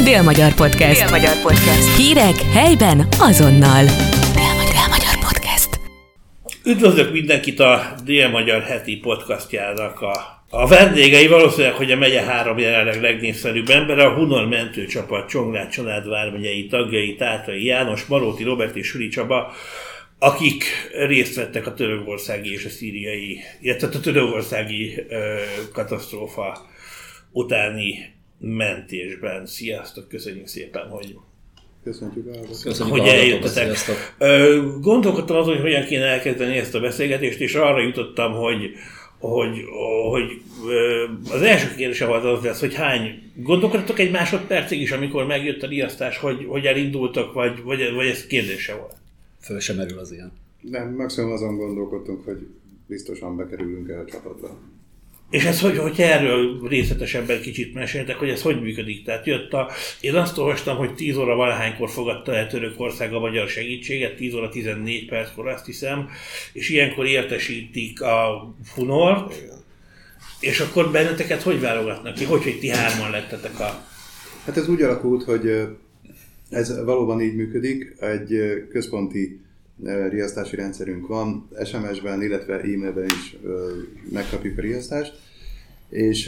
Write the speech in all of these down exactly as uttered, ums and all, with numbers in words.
Dél-Magyar Podcast. Dél-Magyar Podcast. Hírek helyben azonnal. Dél-Magyar Podcast. Üdvözlök mindenkit a Dél-Magyar heti podcastjának a, a vendégei. Valószínűleg, hogy a megye három jelenleg legnépszerűbb ember, a Hunor mentőcsapat Csongrád család vármegyei tagjai, Tátrai János, Maróti Róbert és Süli Csaba, akik részt vettek a törökországi és a szíriai, illetve a törökországi ö, katasztrófa utáni mentésben. Sziasztok, köszönjük szépen, hogy, Köszönjük, Köszönjük hogy eljöttetek. Gondolkodtam azon, hogy hogyan kéne elkezdeni ezt a beszélgetést, és arra jutottam, hogy, hogy, hogy az első kérdésem az az lesz, hogy hány, gondolkodtatok egy másodpercig is, amikor megjött a riasztás, hogy, hogy elindultak, vagy, vagy, vagy ez kérdése volt? Föl sem merül az ilyen. Nem, maximum azon gondolkodtunk, hogy biztosan bekerülünk el a csapatba. És ez, hogy, hogy erről részletesebben kicsit meséltek, hogy ez hogy működik? Tehát jött a, én azt olvastam, hogy tíz óra valahánykor fogadta el Törökország a magyar segítséget, tíz óra tizennégy perckor, azt hiszem, és ilyenkor értesítik a Hunort, és akkor benneteket hogy válogatnak ki? Hogy, hogy ti hárman lettetek a... Hát ez úgy alakult, hogy ez valóban így működik, egy központi riasztási rendszerünk van, es em es-ben, illetve e-mailben is megkapjuk a riasztást, és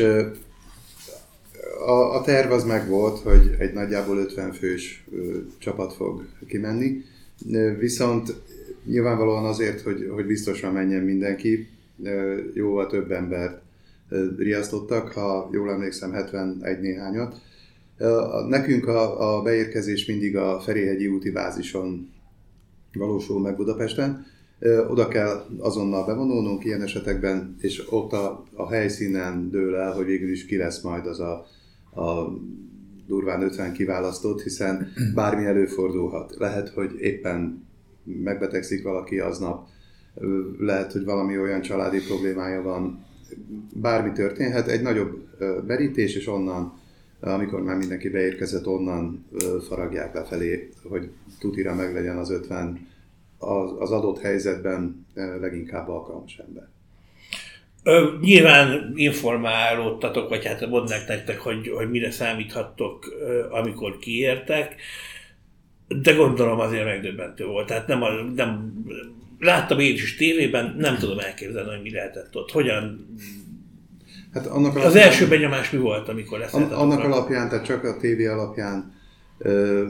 a, a terv az meg volt, hogy egy nagyjából ötven fős csapat fog kimenni, viszont nyilvánvalóan azért, hogy, hogy biztosan menjen mindenki, jóval több embert riasztottak, ha jól emlékszem hetvenegy néhányat. Nekünk a, a beérkezés mindig a Ferihegyi úti bázison valósul meg Budapesten. Oda kell azonnal bevonulnunk ilyen esetekben, és ott a, a helyszínen dől el, hogy végül is ki lesz majd az a, a durván ötven kiválasztott, hiszen bármi előfordulhat. Lehet, hogy éppen megbetegszik valaki aznap, lehet, hogy valami olyan családi problémája van, bármi történhet. Egy nagyobb berítés, és onnan, amikor már mindenki beérkezett, onnan faragják lefelé, hogy tutira meglegyen az ötven az adott helyzetben leginkább alkalmas ember. Ö, nyilván informálódtatok, vagy hát mondták nektek, hogy, hogy mire számíthattok, amikor kiértek, de gondolom azért megdöbbentő volt. Tehát nem, nem láttam én is tévében, nem tudom elképzelni, hogy mi lehetett ott. Hogyan... Hát annak alapján, az első benyomás mi volt, amikor ezt an, Annak rá? alapján, tehát csak a tévé alapján ö,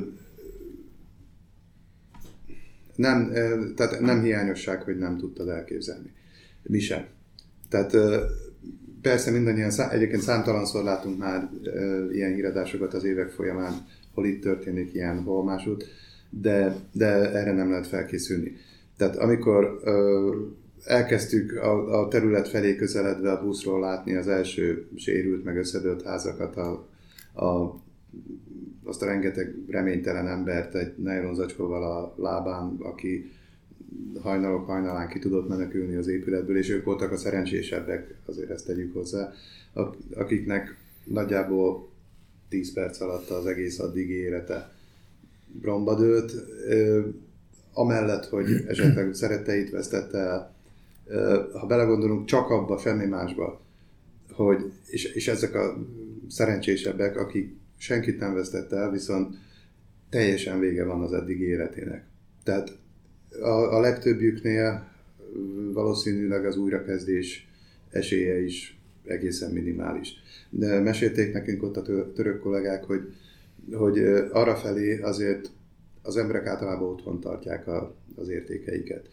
nem, ö, tehát nem hiányosság, hogy nem tudtad elképzelni. Mi sem. Tehát ö, persze mindannyian, szá, egyébként számtalanszor látunk már ö, ilyen híradásokat az évek folyamán, hol itt történik ilyen, hol másút, de, de erre nem lehet felkészülni. Tehát amikor ö, elkezdtük a, a terület felé közeledve a buszról látni az első sérült, meg összedőlt házakat, a, a, azt a rengeteg reménytelen embert egy nejlonzacskóval a lábán, aki hajnalok hajnalán ki tudott menekülni az épületből, és ők voltak a szerencsésebbek, azért ezt tegyük hozzá, akiknek nagyjából tíz perc alatt az egész addigi élete romba dőlt, amellett, hogy esetleg szeretteit vesztette el. Ha belegondolunk csak abba, semmi másba, hogy, és, és ezek a szerencsésebbek, akik senkit nem vesztette el, viszont teljesen vége van az eddigi életének. Tehát a, a legtöbbjüknél valószínűleg az újrakezdés esélye is egészen minimális. De mesélték nekünk ott a török kollégák, hogy, hogy arrafelé azért az emberek általában otthon tartják a, az értékeiket.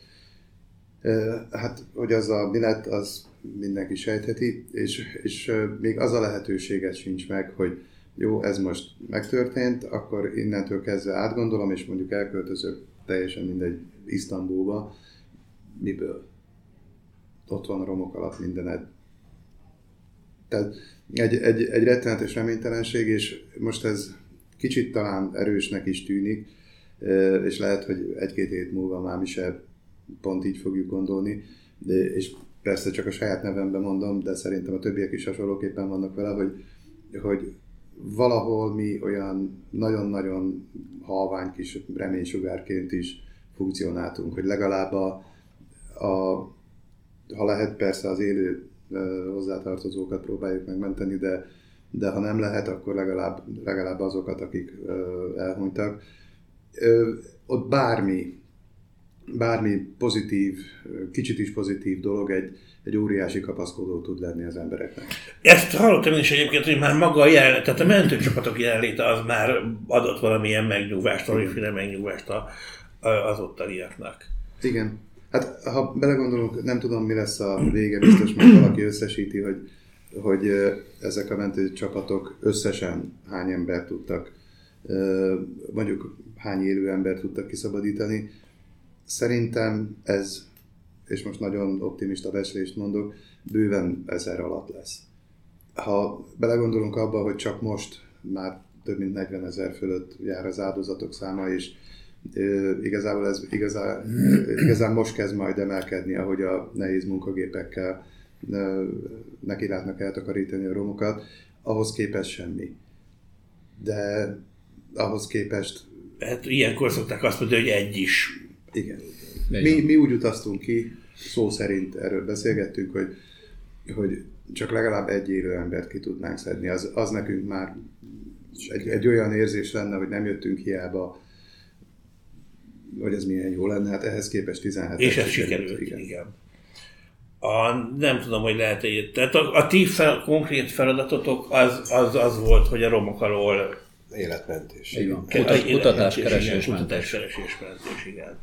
Hát, hogy az a mi lett, az mindenki sejtheti, és, és még az a lehetőséget sincs meg, hogy jó, ez most megtörtént, akkor innentől kezdve átgondolom, és mondjuk elköltözök teljesen mindegy Isztambulba. Miből? Ott van a romok alatt mindened. Tehát egy, egy, egy rettenetes reménytelenség, és most ez kicsit talán erősnek is tűnik, és lehet, hogy egy-két hét múlva már mi se pont így fogjuk gondolni, de, és persze csak a saját nevemben mondom, de szerintem a többiek is hasonlóképpen vannak vele, hogy, hogy valahol mi olyan nagyon-nagyon halvány kis reménysugárként is funkcionáltunk, hogy legalább a, a ha lehet persze az élő hozzátartozókat próbáljuk megmenteni, de de ha nem lehet, akkor legalább, legalább azokat, akik elhunytak. Ott bármi, bármi pozitív, kicsit is pozitív dolog egy, egy óriási kapaszkodó tud lenni az embereknek. Ezt hallottam én is egyébként, hogy már maga a jelenlét, tehát a mentőcsapatok jelenléte az már adott valamilyen megnyugvást, valamiféle megnyugvást az ottaniaknak. Igen. Hát ha belegondolunk, nem tudom mi lesz a vége, biztos meg valaki összesíti, hogy, hogy ezek a mentőcsapatok összesen hány embert tudtak, mondjuk hány élő embert tudtak kiszabadítani. Szerintem ez, és most nagyon optimista becslést mondok, bőven ezer alatt lesz. Ha belegondolunk abba, hogy csak most már több mint negyvenezer fölött jár az áldozatok száma, és igazából ez igazán, igazán most kezd majd emelkedni, ahogy a nehéz munkagépekkel neki látnak eltakarítani a romokat, ahhoz képest semmi. De ahhoz képest... Hát ilyenkor szokták azt mondani, hogy egy is. Igen. Mi, mi úgy utaztunk ki, szó szerint erről beszélgettünk, hogy, hogy csak legalább egy élő embert ki tudnánk szedni. Az, az nekünk már egy, egy olyan érzés lenne, hogy nem jöttünk hiába, hogy ez milyen jó lenne, hát ehhez képest tizenhét. És ez sikerült, igen. igen. A, nem tudom, hogy lehet-e így. Tehát a, a ti fel, konkrét feladatotok az, az, az volt, hogy a romok alól életmentés. Igen. Kutat, kutatás, keresés, kutatás, keresés, mentés, igen.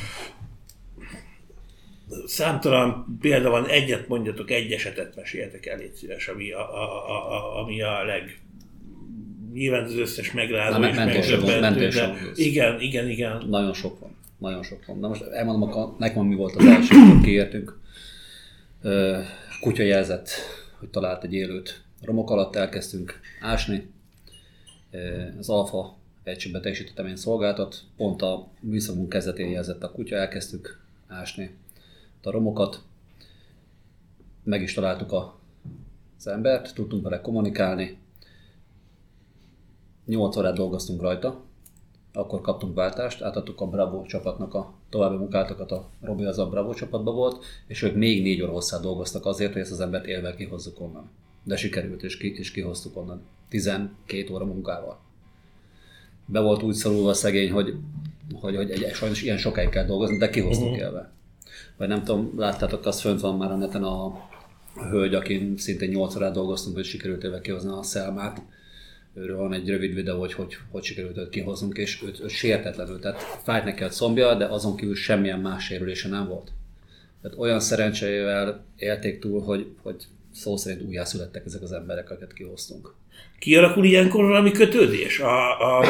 Számtalan példa van, egyet mondjatok, egy esetet meséljetek el, légy szíves, ami a, a, a, a, ami a leg... Nyilván az összes megrázó és megzöbbentő, de igen, igen, igen. Nagyon sok van, nagyon sok van. Na most elmondom, a, nekem mi volt az első, hogy kiértünk. Kutya jelzett, hogy talált egy élőt. Romok alatt elkezdtünk ásni. Az Alfa egységben teljesítettem én szolgáltat. Pont a műszakunk kezdetén jelzett a kutya, elkezdtük ásni a romokat. Meg is találtuk a, az embert, tudtunk vele kommunikálni. nyolc órát dolgoztunk rajta, akkor kaptunk váltást, átadtuk a Bravo csapatnak a további munkálatokat, a Robi az a Bravo csapatban volt, és ők még négy óra hosszát dolgoztak azért, hogy ezt az embert élve kihozzuk onnan. De sikerült, és, ki, és kihoztuk onnan. tizenkét óra munkával. Be volt úgy szorulva a szegény, hogy, hogy, hogy egy, sajnos ilyen sokáig kell dolgozni, de kihoztuk uh-huh. élve. Vagy nem tudom, láttátok, az fönt van már a neten a, a hölgy, akin szintén nyolc órát dolgoztunk, hogy sikerült élve kihozni a Szelmát. Őről van egy rövid videó, hogy hogy, hogy sikerült őt kihoznunk, és őt, őt sértetlenül. Tehát fájt neki a combja, de azon kívül semmilyen más sérülése nem volt. Tehát olyan szerencsével élték túl, hogy, hogy szó szerint újjászülettek ezek az emberek, akiket kihoztunk. Kialakul ilyenkor valami kötődés a, a,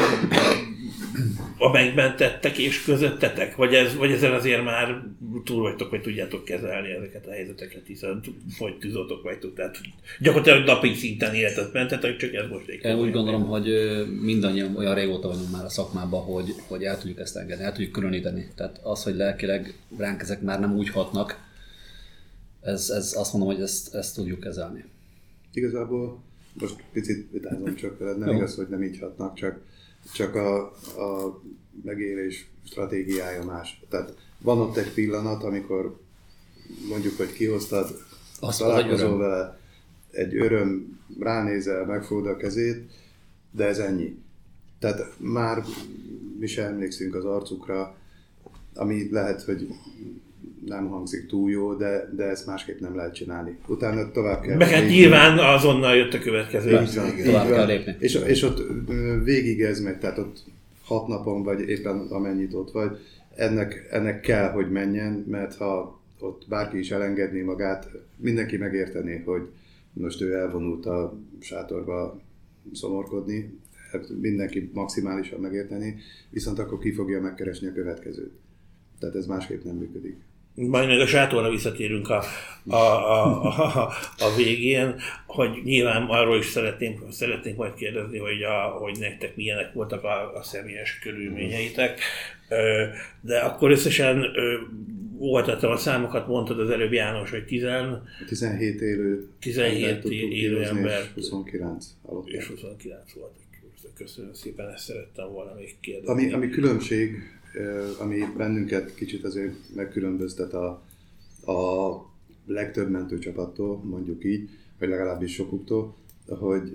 a megmentettek és közöttetek? Vagy, ez, vagy ezen azért már túl vagytok, hogy tudjátok kezelni ezeket a helyzeteket, hiszen hogy tűzotok vagytok, tehát gyakorlatilag napi szinten életet mentetek, csak ez most Én úgy gondolom, hogy mindannyian olyan régóta vagyunk már a szakmában, hogy, hogy el tudjuk ezt engedni, el tudjuk különíteni. Tehát az, hogy lelkileg ránk ezek már nem úgy hatnak, ez, ez azt mondom, hogy ezt, ezt tudjuk kezelni. Igazából most picit vitázom csak veled, nem igaz, hogy nem így hatnak, csak, csak a, a megélés stratégiája más. Tehát van ott egy pillanat, amikor mondjuk, hogy kihoztad, azt találkozol vele, egy öröm, ránézel, megfogod a kezét, de ez ennyi. Tehát már mi sem emlékszünk az arcukra, ami lehet, hogy nem hangzik túl jó, de, de ezt másképp nem lehet csinálni. Utána tovább kell... Meg hát nyilván azonnal jött a következő. Így van, tovább kell lépni. És, és ott végig ez megy, tehát ott hat napon, vagy éppen amennyit ott vagy, ennek, ennek kell, hogy menjen, mert ha ott bárki is elengedné magát, mindenki megértené, hogy most ő elvonult a sátorba szomorkodni, mindenki maximálisan megérteni, viszont akkor ki fogja megkeresni a következőt. Tehát ez másképp nem működik. Majd meg a sátorra visszatérünk a, a, a, a, a végén, hogy nyilván arról is szeretnénk, szeretnénk majd kérdezni, hogy, a, hogy nektek milyenek voltak a, a személyes körülményeitek. De akkor összesen óvatatlan a számokat, mondtad az előbb János, hogy tizen, tizenhét élő, tizenhét élő ember, és huszonkilenc alatt. És huszonkilenc volt. Köszönöm szépen, ezt szerettem volna még kérdezni. Ami, ami különbség, ami bennünket kicsit azért megkülönböztet a, a legtöbb mentőcsapattól, mondjuk így, vagy legalábbis sokuktól, hogy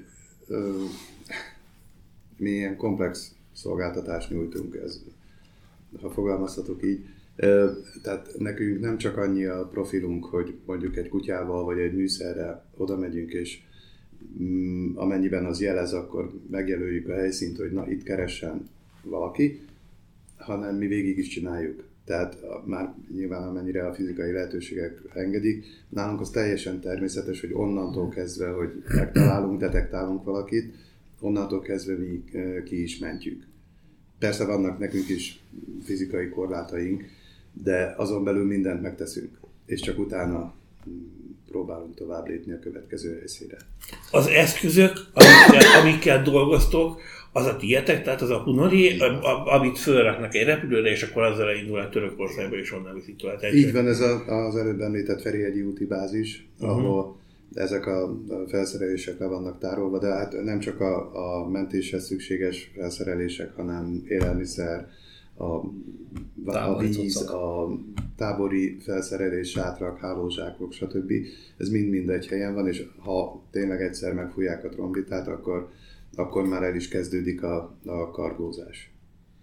ö, mi ilyen komplex szolgáltatást nyújtunk, ez, ha fogalmazhatok így. Ö, tehát nekünk nem csak annyi a profilunk, hogy mondjuk egy kutyával vagy egy műszerrel oda megyünk, és mm, amennyiben az jelez, akkor megjelöljük a helyszínt, hogy na itt keressen valaki, hanem mi végig is csináljuk. Tehát már nyilván amennyire a fizikai lehetőségek engedik, nálunk az teljesen természetes, hogy onnantól kezdve, hogy megtalálunk, detektálunk valakit, onnantól kezdve mi ki is mentjük. Persze vannak nekünk is fizikai korlátaink, de azon belül mindent megteszünk, és csak utána próbálunk tovább lépni a következő helyszínre. Az eszközök, amikkel, amikkel dolgoztok, az a tietek, tehát az a Hunori, amit fölraknak egy repülőre, és akkor azzal indul a Törökországba, és onnan viszik tovább. Így van, ez a, az előbb említett Ferihegyi úti bázis, uh-huh. ahol ezek a felszerelések le vannak tárolva, de hát nem csak a, a mentéshez szükséges felszerelések, hanem élelmiszer, a, a víz, a tábori felszerelés, sátrak, hálózsákok, stb. Ez mind-mind egy helyen van, és ha tényleg egyszer megfújják a trombitát, akkor, akkor már el is kezdődik a, a kargózás.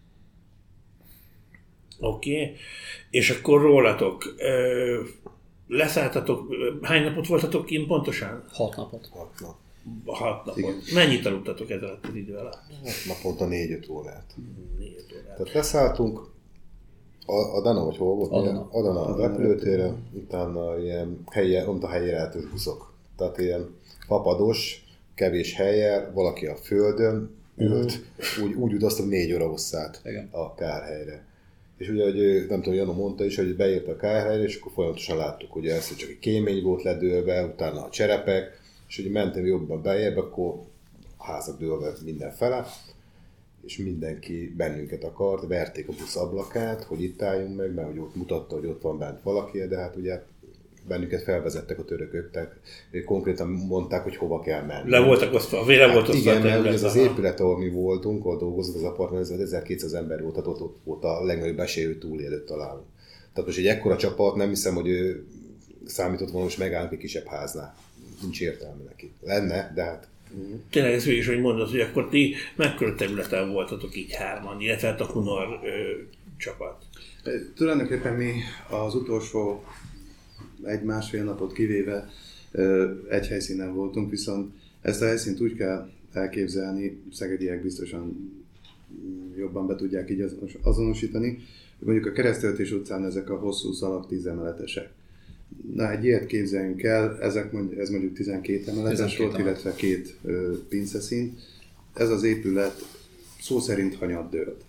Oké, okay. És akkor rólatok, ö, leszálltatok, hány napot voltatok kint pontosan? Hat napot. Hat nap. Hat napot. Igen. Mennyit aludtatok ez alatt az idő alatt? Hát naponta négy-öt órát. négy-öt órát. Tehát leszálltunk, Adana vagy hol volt? Adana. Adana a repülőtérre, utána ilyen helye, ont a helyjáratos buszok. Tehát ilyen fapados, kevés helyen, valaki a földön ült, úgy, úgy utaztunk négy óra hosszát a Kárhelyre. És ugye, hogy nem tudom, Janu mondta is, hogy beért a Kárhelyre, és akkor folyamatosan láttuk, hogy ez csak egy kémény volt ledőlve, utána a cserepek, és ugye mentem jobban bejebb, akkor a házak dőlve mindenfele, és mindenki bennünket akart, verték a busz ablakát, hogy itt álljunk meg, mert hogy ott mutatta, hogy ott van bent valaki, de hát ugye bennünket felvezettek a törökök, tehát konkrétan mondták, hogy hova kell menni. Le voltak osztva, vére hát volt osztva. Igen, mert ez az épület, ahol mi voltunk, ahol dolgozunk, az apartman, ez ezerkétszáz ember volt, tehát ott, ott volt a legnagyobb esély, hogy túlélőt találunk. Tehát most egy ekkora csapat, nem hiszem, hogy ő számított volna, hogy megállunk egy kisebb háznál. Nincs értelme neki. Lenne, de hát... Tényleg ez is, hogy mondod, hogy akkor ti mekkora területen voltatok így hárman, illetve a Hunor ö, csapat? Tulajdonképpen mi az utolsó egy-másfél napot kivéve ö, egy helyszínen voltunk, viszont ezt a helyszínt úgy kell elképzelni, szegediek biztosan jobban be tudják így azonosítani, hogy mondjuk a Keresztöltés utcán ezek a hosszú szalag tízemeletesek. Na, egy ilyet képzeljünk el, ezek mondjuk, ez mondjuk tizenkét emeletes volt, illetve két ö, pinceszint. Ez az épület szó szerint hanyat dőlt.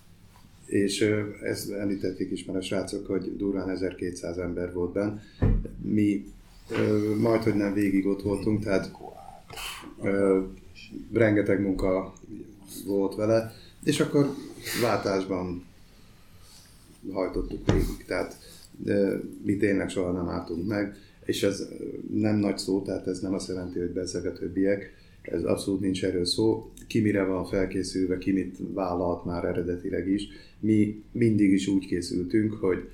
És ö, ezt említették is már a srácok, hogy durván ezerkétszáz ember volt benn. Mi ö, majdhogy nem végig ott voltunk, tehát ö, rengeteg munka volt vele, és akkor váltásban hajtottuk végig. Tehát de mi tényleg soha nem álltunk meg, és ez nem nagy szó, tehát ez nem azt jelenti, hogy beszélg a többiek, ez abszolút nincs erről szó, ki mire van felkészülve, ki mit vállalt már eredetileg is. Mi mindig is úgy készültünk, hogy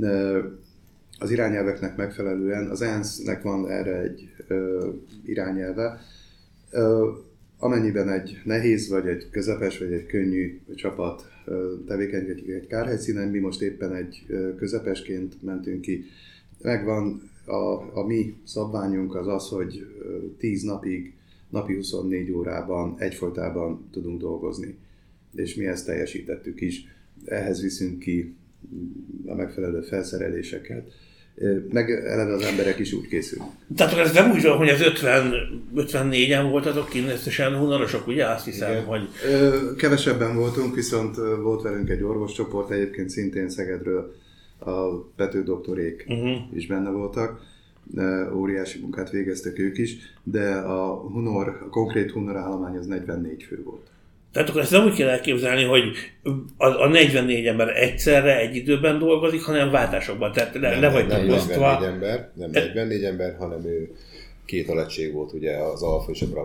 az irányelveknek megfelelően, az e en es nek van erre egy irányelve, amennyiben egy nehéz, vagy egy közepes, vagy egy könnyű csapat tevékenykedik egy kárhelyszínen, mi most éppen egy közepesként mentünk ki. Megvan a, a mi szabványunk az az, hogy tíz napig, napi huszonnégy órában egyfolytában tudunk dolgozni. És mi ezt teljesítettük is. Ehhez viszünk ki a megfelelő felszereléseket. Meg eleve az emberek is úgy készülnek. Tehát ez nem úgy van, hogy az ötven, ötvennégyen voltatok kint összesen hunarosok, ugye? Azt hiszem, igen. Hogy... Kevesebben voltunk, viszont volt velünk egy orvoscsoport, egyébként szintén Szegedről a Pető doktorék uh-huh. is benne voltak. Óriási munkát végeztek ők is, de a Hunor, a konkrét Hunor állomány az negyvennégy fő volt. Tehát akkor ezt nem úgy kell elképzelni, hogy a negyvennégy ember egyszerre, egy időben dolgozik, hanem váltásokban. Tehát le, le vagytok osztva. negyvennégy ember, nem negyvennégy ember, hanem ő két alettség volt, ugye az Alfa és a Bravo.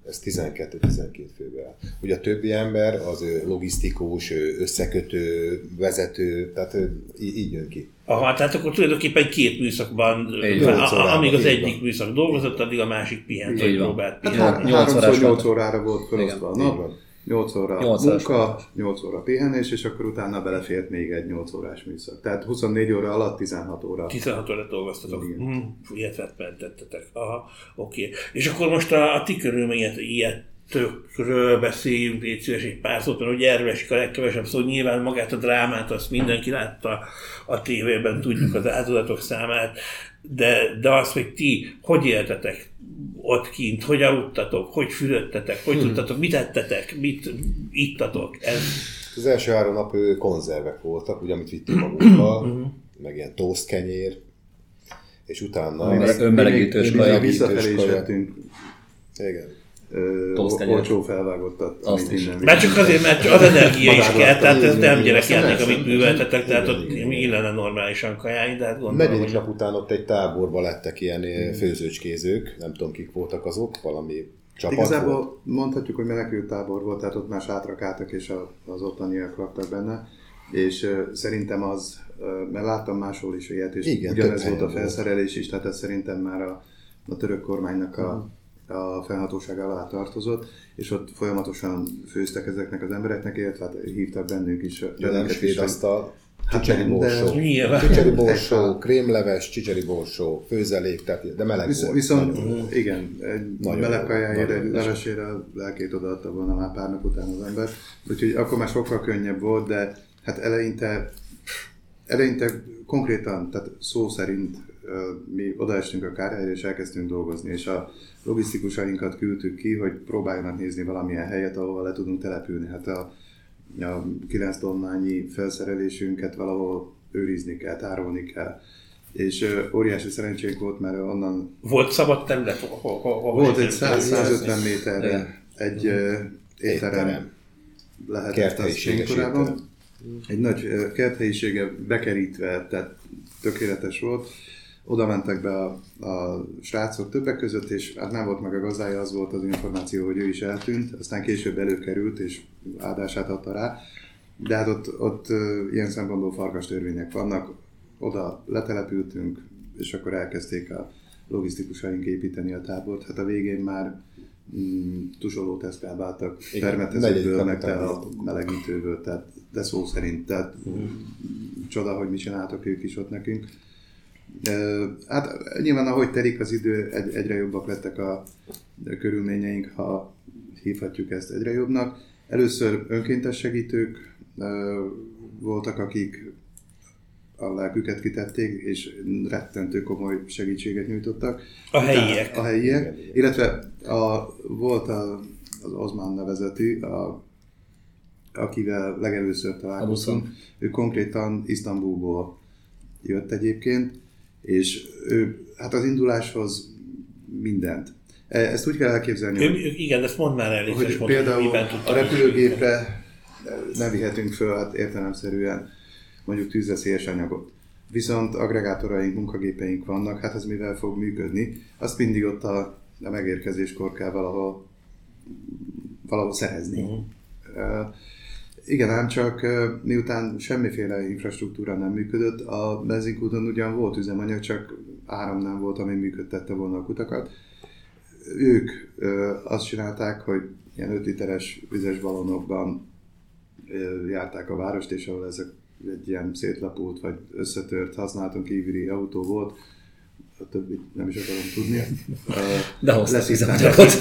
Ez tizenkettő-tizenkét főbe áll. Ugye a többi ember az ő logisztikus, ő összekötő, vezető, tehát ő így, így jön ki. Aha, tehát akkor tulajdonképpen két műszakban, amíg az egyik műszak dolgozott, addig a másik pihent, vagy próbált pihenni. háromszor nyolc órára volt felosztva a nap, nyolc óra munka, nyolc óra pihenés, és akkor utána belefért még egy nyolc órás műszak. Tehát huszonnégy óra alatt tizenhat óra. tizenhat óra dolgoztatok. Hm, ilyet mentettetek. Aha, oké. Okay. És akkor most a, a ti körülményet ilyetökről beszéljünk, légy szíves egy pár szót, mert ugye erről esik a legkevesebb szó, nyilván magát a drámát, azt mindenki látta a tévében, tudjuk az áldozatok számát, de, de azt még ti, hogy éltetek ott kint, hogy aludtatok, hogy fürödtetek, hogy hmm. tudtatok, mit ettetek, mit ittatok? Ez... Az első három nap konzervek voltak, ugye, amit vittünk magunkkal, meg ilyen toastkenyér, és utána... Önmelegítős kaja. Visszafelé is vettünk. Igen. Olcsó felvágottat, amit innen. Már csak azért, mert az energia is kell, tehát ez nem gyerekjáték, amit műveltetek, tehát ott illene normálisan kajálni, de hát gondolom, negyedik nap után ott egy táborban lettek ilyen főzőcskézők, nem tudom kik voltak azok, valami csapat Igazából volt. Mondhatjuk, hogy menekült tábor volt, tehát ott már sátrak álltak, és az ottaniak laktak benne, és szerintem az, mert láttam máshol is ilyet, és igen, ugyanez volt a felszerelés is, tehát ez szerintem már a, a török kormánynak a a fennhatóság alá tartozott, és ott folyamatosan főztek ezeknek az embereknek, illetve hát hívtak bennünk is. Ja, nem svéd asztal, csicseri hát, borsó, csicseri borsó, krémleves, csicseri borsó, főzelék, tehát, de meleg Visz, volt. Viszont nagyon. Igen, egy meleg kajáért, egy levesére lelkét odaadta volna már pár nap után az ember, úgyhogy akkor már sokkal könnyebb volt, de hát eleinte, eleinte konkrétan, tehát szó szerint mi odaestünk a Kárhelyre és elkezdtünk dolgozni, és a logisztikusainkat küldtük ki, hogy próbáljanak nézni valamilyen helyet, ahol le tudunk települni. Hát a, a kilenc tonnányi felszerelésünket valahol őrizni kell, tárolni kell. És uh, óriási szerencsénk volt, mert onnan... Volt szabad terület? Volt egy száz-százötven méterre egy uh, étterem lehetett az fénykorában. Egy nagy uh, kerthelyisége bekerítve, tehát tökéletes volt. Oda mentek be a, a srácok többek között, és hát nem volt meg a gazdája, az volt az információ, hogy ő is eltűnt, aztán később előkerült, és áldását adta rá. De hát ott, ott ilyen szempontból farkastörvények vannak, oda letelepültünk, és akkor elkezdték a logisztikusaink építeni a tábort. Hát a végén már mm, tusolót eszkábáltak, permetezőből, meg a melegítőből, tehát, de szó szerint, tehát mm. csoda, hogy mit csináltak ők is ott nekünk. Hát nyilván ahogy telik az idő, egy, egyre jobbak lettek a körülményeink, ha hívhatjuk ezt egyre jobbnak. Először önkéntes segítők voltak, akik a lelküket kitették, és rettentő komoly segítséget nyújtottak. A helyiek. A helyiek, illetve a, volt a, az Osman nevezetű, a, akivel legelőször találkoztunk. Ő konkrétan Isztambulból jött egyébként, és ő, hát az induláshoz mindent. Ezt úgy kell elképzelni, ő, hogy, igen, ezt mondd már el, hogy hogy például a repülőgépre nem vihetünk föl, hát értelemszerűen mondjuk tűzveszélyes anyagot. Viszont agregátoraink, munkagépeink vannak, hát ez mivel fog működni, azt mindig ott a, a megérkezéskor kell valahol, valahol szerezni. Uh-huh. Uh, Igen, ám csak miután semmiféle infrastruktúra nem működött, a benzinkúton ugyan volt üzemanyag, csak áram nem volt, ami működtette volna a kutakat. Ők ö, azt csinálták, hogy ilyen öt literes vizes ballonokban ö, járták a várost, és ahol ezek egy ilyen szétlapult vagy összetört használaton kívüli autó volt, a többit nem is akarom tudni. De hoztak üzemanyagot.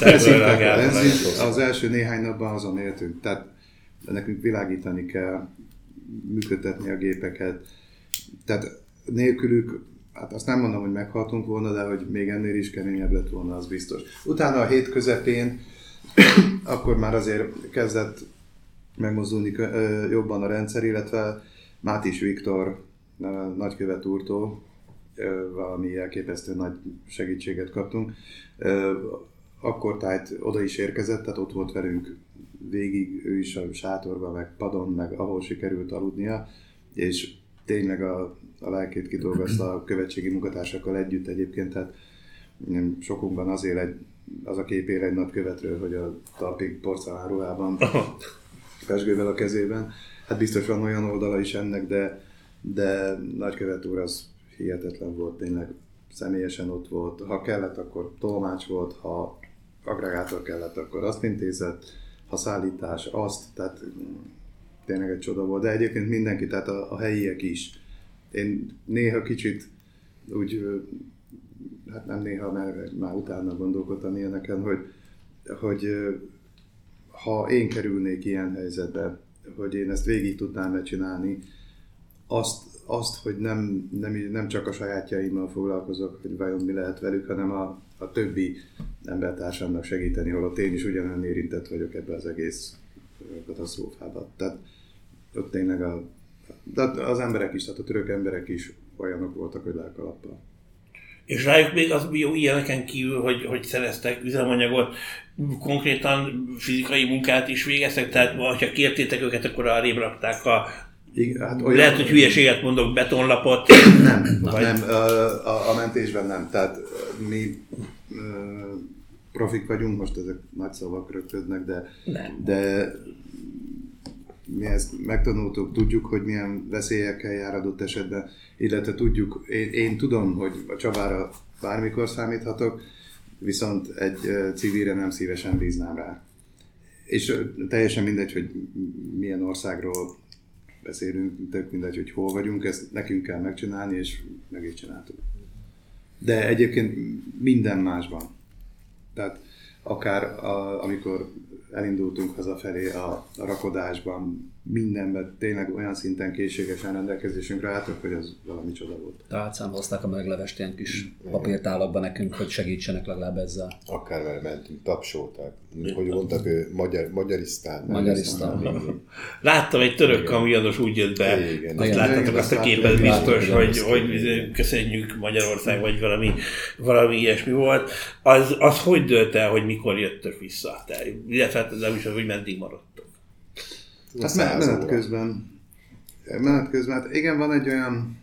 Az első néhány napban azon éltünk. Tehát de nekünk világítani kell, működtetni a gépeket. Tehát nélkülük, hát azt nem mondom, hogy meghaltunk volna, de hogy még ennél is keményebb lett volna, az biztos. Utána a hét közepén, akkor már azért kezdett megmozdulni jobban a rendszer, illetve Mátis Viktor nagykövet úrtól valami elképesztő nagy segítséget kaptunk. Akkor tájt oda is érkezett, tehát ott volt velünk végig, ő is a sátorban, meg padon, meg ahol sikerült aludnia, és tényleg a, a lelkét kidolgozta a követségi munkatársakkal együtt egyébként, tehát sokunkban azért egy az a kép él egy nagykövetről, hogy a talpig porcelánruhában, pezsgővel a kezében. Hát biztos van olyan oldala is ennek, de, de nagykövet úr az hihetetlen volt, tényleg személyesen ott volt. Ha kellett, akkor tolmács volt, ha agregátor kellett, akkor azt intézett, ha szállítás, azt, tehát tényleg egy csoda volt. De egyébként mindenki, tehát a, a helyiek is. Én néha kicsit úgy, hát nem néha, mert már utána gondolkodtam ilyeneken, hogy, hogy ha én kerülnék ilyen helyzetbe, hogy én ezt végig tudnám megcsinálni, azt, azt hogy nem, nem, nem csak a sajátjaimmal foglalkozok, hogy vajon mi lehet velük, hanem a, a többi embertársamnak segíteni, holott én is ugyanolyan érintett vagyok ebbe az egész katasztrófába. Tehát ott tényleg a, de az emberek is, tehát a török emberek is olyanok voltak, hogy lelkalappal. És rájuk még az jó ilyeneken kívül, hogy, hogy szereztek üzemanyagot, konkrétan fizikai munkát is végeztek, tehát ha kértétek őket, akkor arrébb rakták a... Igen, hát olyan... Lehet, hogy hülyeséget mondok, betonlapot. Nem, vagy... nem a, a, a mentésben nem. Tehát mi uh, profik vagyunk, most ezek nagy szavak rögtönnek, de, de mi ezt megtanultuk, tudjuk, hogy milyen veszélyekkel jár adott esetben, illetve tudjuk, én, én tudom, hogy a Csabára bármikor számíthatok, viszont egy civilre nem szívesen bíznám rá. És teljesen mindegy, hogy milyen országról beszélünk, tök mindegy, hogy hol vagyunk, ezt nekünk kell megcsinálni, és meg is csináltuk. De egyébként minden másban. Tehát akár a, amikor elindultunk hazafelé a, a rakodásban, mindenben tényleg olyan szinten készségesen rendelkezésünkre álltak, hogy az valami csoda volt. Tehát számhozták a meglevest ilyen kis papírtálakba nekünk, hogy segítsenek legalább ezzel. Akár már mentünk, tapsolták. Hogy mondtak, ő Magyar, Magyarisztán. Magyarisztán. Láttam egy török kamionos úgy jött be, igen, azt igen. láttátok Igen, azt a azt képet láttam, biztos, igen, hogy, igen, hogy igen. köszönjük Magyarország, vagy valami, valami ilyesmi volt. Az, az hogy dőlt el, hogy mikor jöttök vissza? Te, illetve hát nem is, hogy meddig maradtok? Hát menet közben, menet közben, hát igen, van egy olyan,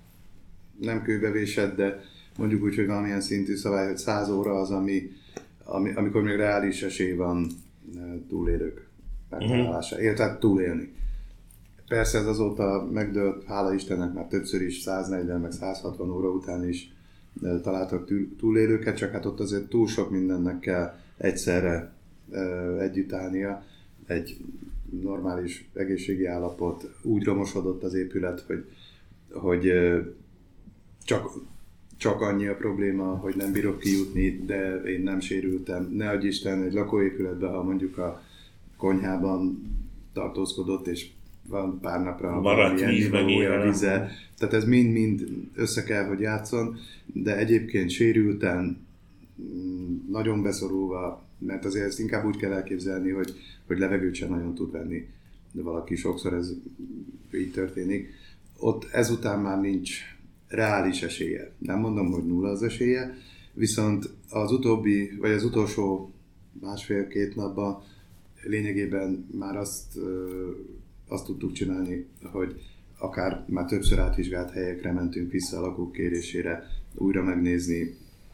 nem kőbevésed, de mondjuk úgy, hogy valamilyen szintű szabály, hogy száz óra az, ami, ami amikor még reális esély van túlélők megtalálása, uh-huh. tehát túlélni. Persze ez azóta megdőlt, hála Istennek már többször is száznegyven, meg száz hatvan óra után is találtak túlélőket, csak hát ott azért túl sok mindennek kell egyszerre együtt állnia. Egy normális egészségi állapot, úgy romosodott az épület, hogy, hogy csak, csak annyi a probléma, hogy nem bírok kijutni, de én nem sérültem. Ne adj Isten, egy lakóépületben, ha mondjuk a konyhában tartózkodott, és van pár napra maradt víz, meg olyan vize. Tehát ez mind-mind össze kell, hogy játszon, de egyébként sérülten, nagyon beszorulva, mert azért ezt inkább úgy kell elképzelni, hogy, hogy levegőt sem nagyon tud venni, de valaki sokszor ez így történik. Ott ezután már nincs reális esélye. Nem mondom, hogy nulla az esélye, viszont az utóbbi, vagy az utolsó másfél-két napban lényegében már azt, azt tudtuk csinálni, hogy akár már többször átvizsgált helyekre mentünk vissza a lakók kérésére, újra megnézni,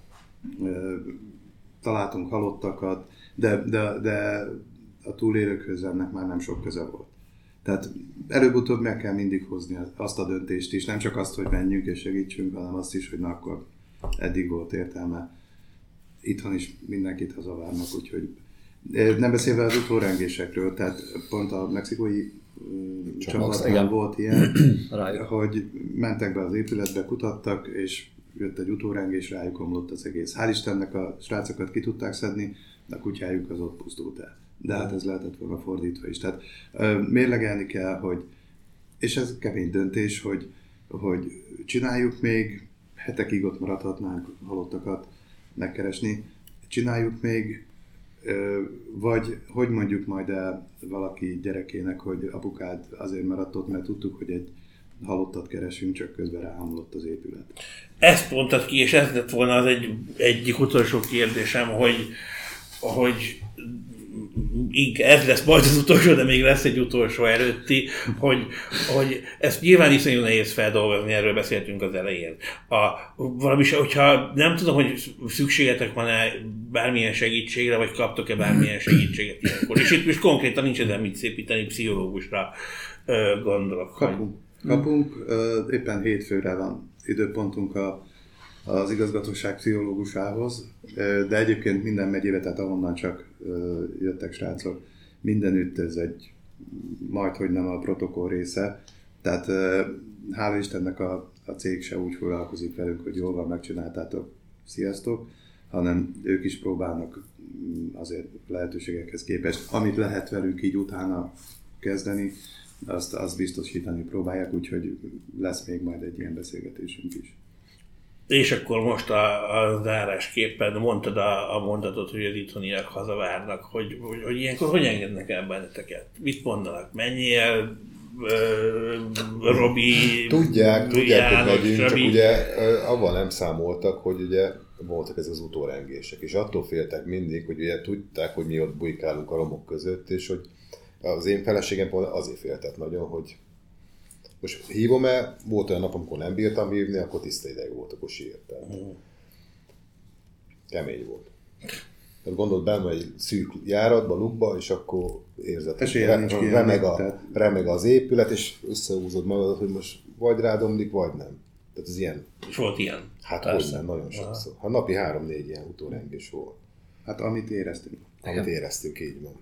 találtunk halottakat, de, de, de a túlélőkhöz ennek már nem sok köze volt. Tehát előbb-utóbb meg kell mindig hozni azt a döntést is, nem csak azt, hogy menjünk és segítsünk, hanem azt is, hogy na akkor eddig volt értelme. Itthon is mindenkit hazavárnak, úgyhogy nem beszélve az utórengésekről, tehát pont a mexikói csapatban volt ilyen, hogy mentek be az épületbe, kutattak, és jött egy utórengés, rájuk omlott az egész. Hál' Istennek a srácokat ki tudták szedni, de a kutyájuk az ott pusztult el. De hát ez lehetett volna fordítva is. Tehát mérlegelni kell, hogy, és ez kemény döntés, hogy, hogy csináljuk még, hetekig ott maradhatnánk halottakat megkeresni, csináljuk még, vagy hogy mondjuk majd el valaki gyerekének, hogy apukád azért maradt ott, mert tudtuk, hogy egy halottat keresünk, csak közben ráhámolott az épület. Ezt mondtad ki, és ez lett volna az egy, egyik utolsó kérdésem, hogy, hogy inkább ez lesz majd az utolsó, de még lesz egy utolsó előtti, hogy, hogy ezt nyilván iszonyú nehéz feldolgozni, erről beszéltünk az elején. A, valami, hogyha nem tudom, hogy szükségetek van-e bármilyen segítségre, vagy kaptok-e bármilyen segítséget ilyenkor. És itt most konkrétan nincs ezen mit szépíteni, pszichológusra ö, gondolok. Kapunk. Kapunk, éppen hétfőre van időpontunk a, az igazgatóság pszichológusához, de egyébként minden megyébe, tehát ahonnan csak jöttek srácok, mindenütt ez egy majdhogy nem a protokoll része, tehát hála Istennek a, a cég se úgy foglalkozik velünk, hogy jól van, megcsináltátok, sziasztok, hanem ők is próbálnak azért lehetőségekhez képest, amit lehet velünk így utána kezdeni, azt, azt biztosítani próbálják, úgyhogy lesz még majd egy ilyen beszélgetésünk is. És akkor most a, a zárásképpen mondtad a, a mondatot, hogy az itthoniak hazavárnak, hogy, hogy, hogy ilyenkor hogy engednek el benneteket? Mit mondanak? Menjél, uh, Robi, Tudják, tudják, János, hogy megyünk, csak Robi. ugye abban nem számoltak, hogy ugye voltak ez az utórengések, és attól féltek mindig, hogy ugye tudták, hogy mi ott bujkálunk a romok között, és hogy az én feleségem azért féltett nagyon, hogy most hívom-e, volt olyan nap, amikor nem bírtam hívni, akkor tiszta ideg volt, akkor sírtam. Kemény volt. Tehát gondolt benne egy szűk járatba, lukba, és akkor érzed, hogy re- remeg, a, remeg az épület, és összehúzod magadat, hogy most vagy rádomlik, vagy nem. Tehát ez ilyen. És volt ilyen? Hát hogy nem, nagyon sokszor. Hát napi három-négy ilyen utórengés volt. Hát amit éreztünk. Amit éreztünk, így van.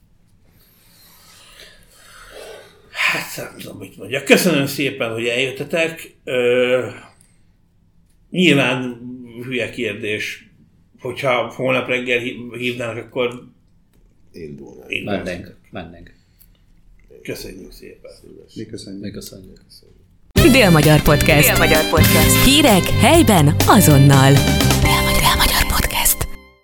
Hát nem tudom, mit mondjak. Köszönöm szépen, hogy eljöttetek. Ö, nyilván hülye kérdés, hogyha holnap reggel hívnának, akkor Indulnánk. Mennénk, mennénk. Köszönjük szépen. Mi köszönjük. Mi köszönjük. Dél-Magyar Podcast. Dél-Magyar Podcast. Hírek helyben azonnal. Dél-Magyar.